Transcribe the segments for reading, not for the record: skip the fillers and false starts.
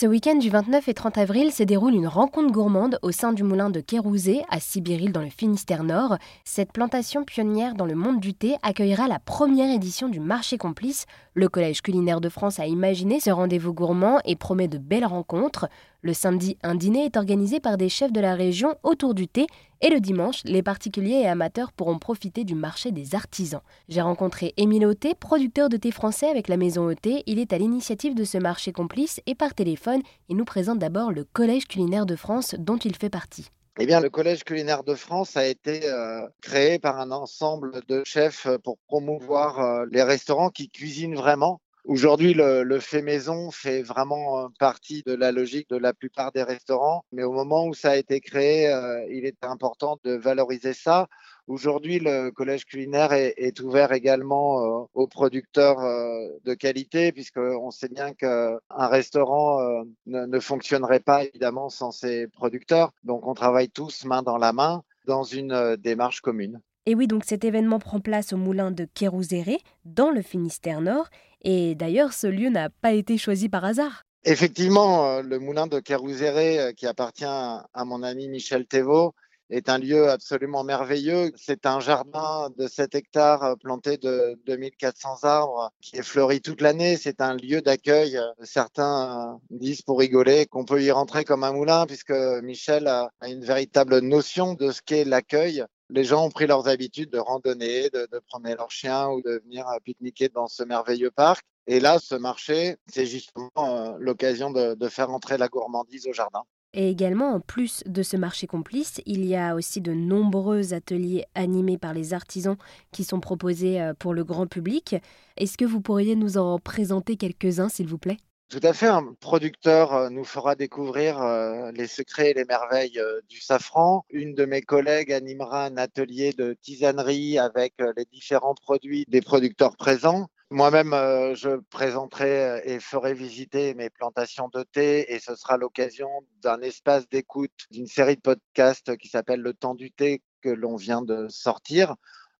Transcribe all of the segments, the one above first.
Ce week-end du 29 et 30 avril se déroule une rencontre gourmande au sein du moulin de Kérouzé, à Sibiril, dans le Finistère Nord. Cette plantation pionnière dans le monde du thé accueillera la première édition du marché complice. Le Collège culinaire de France a imaginé ce rendez-vous gourmand et promet de belles rencontres. Le samedi, un dîner est organisé par des chefs de la région autour du thé. Et le dimanche, les particuliers et amateurs pourront profiter du marché des artisans. J'ai rencontré Émile Auté, producteur de thé français avec la maison Auté. Il est à l'initiative de ce marché complice et par téléphone, il nous présente d'abord le Collège culinaire de France dont il fait partie. Eh bien, le Collège culinaire de France a été créé par un ensemble de chefs pour promouvoir les restaurants qui cuisinent vraiment. Aujourd'hui, le fait maison fait vraiment partie de la logique de la plupart des restaurants. Mais au moment où ça a été créé, il était important de valoriser ça. Aujourd'hui, le collège culinaire est ouvert également aux producteurs de qualité, puisqu'on sait bien qu'un restaurant ne fonctionnerait pas évidemment sans ses producteurs. Donc, on travaille tous main dans la main dans une démarche commune. Et oui, donc cet événement prend place au moulin de Kérouzéré, dans le Finistère Nord. Et d'ailleurs, ce lieu n'a pas été choisi par hasard. Effectivement, le moulin de Kérouzéré, qui appartient à mon ami Michel Thévaux, est un lieu absolument merveilleux. C'est un jardin de 7 hectares planté de 2400 arbres qui est fleuri toute l'année. C'est un lieu d'accueil. Certains disent pour rigoler qu'on peut y rentrer comme un moulin puisque Michel a une véritable notion de ce qu'est l'accueil. Les gens ont pris leurs habitudes de randonner, de promener leurs chiens ou de venir pique-niquer dans ce merveilleux parc. Et là, ce marché, c'est justement l'occasion de faire entrer la gourmandise au jardin. Et également, en plus de ce marché complice, il y a aussi de nombreux ateliers animés par les artisans qui sont proposés pour le grand public. Est-ce que vous pourriez nous en présenter quelques-uns, s'il vous plaît ? Tout à fait, un producteur nous fera découvrir les secrets et les merveilles du safran. Une de mes collègues animera un atelier de tisanerie avec les différents produits des producteurs présents. Moi-même, je présenterai et ferai visiter mes plantations de thé et ce sera l'occasion d'un espace d'écoute d'une série de podcasts qui s'appelle Le Temps du thé que l'on vient de sortir.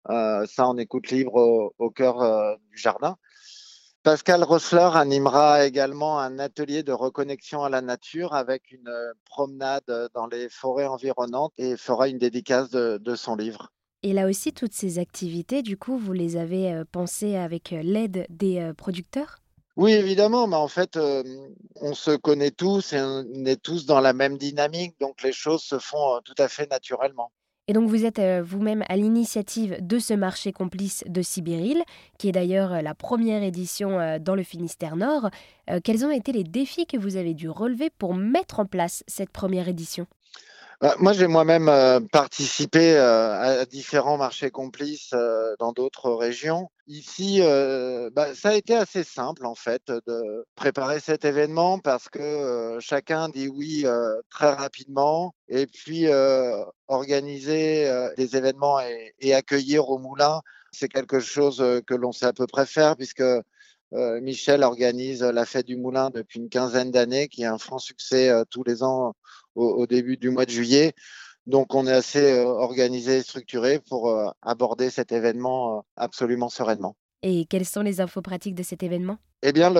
Ça en écoute libre au cœur du jardin. Pascal Rossler animera également un atelier de reconnexion à la nature avec une promenade dans les forêts environnantes et fera une dédicace de son livre. Et là aussi, toutes ces activités, du coup, vous les avez pensées avec l'aide des producteurs ? Oui, évidemment, mais en fait, on se connaît tous et on est tous dans la même dynamique, donc les choses se font tout à fait naturellement. Et donc vous êtes vous-même à l'initiative de ce marché complice de Sibiril, qui est d'ailleurs la première édition dans le Finistère Nord. Quels ont été les défis que vous avez dû relever pour mettre en place cette première édition ? Moi, j'ai moi-même participé à différents marchés complices dans d'autres régions. Ici, ça a été assez simple en fait de préparer cet événement parce que chacun dit oui très rapidement et puis organiser des événements et accueillir au moulin, c'est quelque chose que l'on sait à peu près faire puisque Michel organise la fête du moulin depuis une quinzaine d'années, qui est un franc succès tous les ans au début du mois de juillet. Donc, on est assez organisé et structuré pour aborder cet événement absolument sereinement. Et quelles sont les infos pratiques de cet événement ? Eh bien,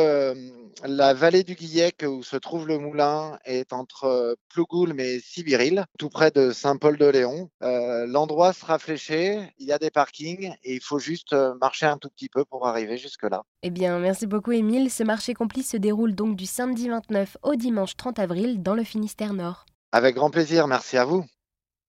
la vallée du Guillec, où se trouve le moulin, est entre Plougoulm et Sibiril, tout près de Saint-Paul-de-Léon. L'endroit sera fléché, il y a des parkings et il faut juste marcher un tout petit peu pour arriver jusque-là. Eh bien, merci beaucoup Émile. Ce marché complice se déroule donc du samedi 29 au dimanche 30 avril dans le Finistère Nord. Avec grand plaisir, merci à vous.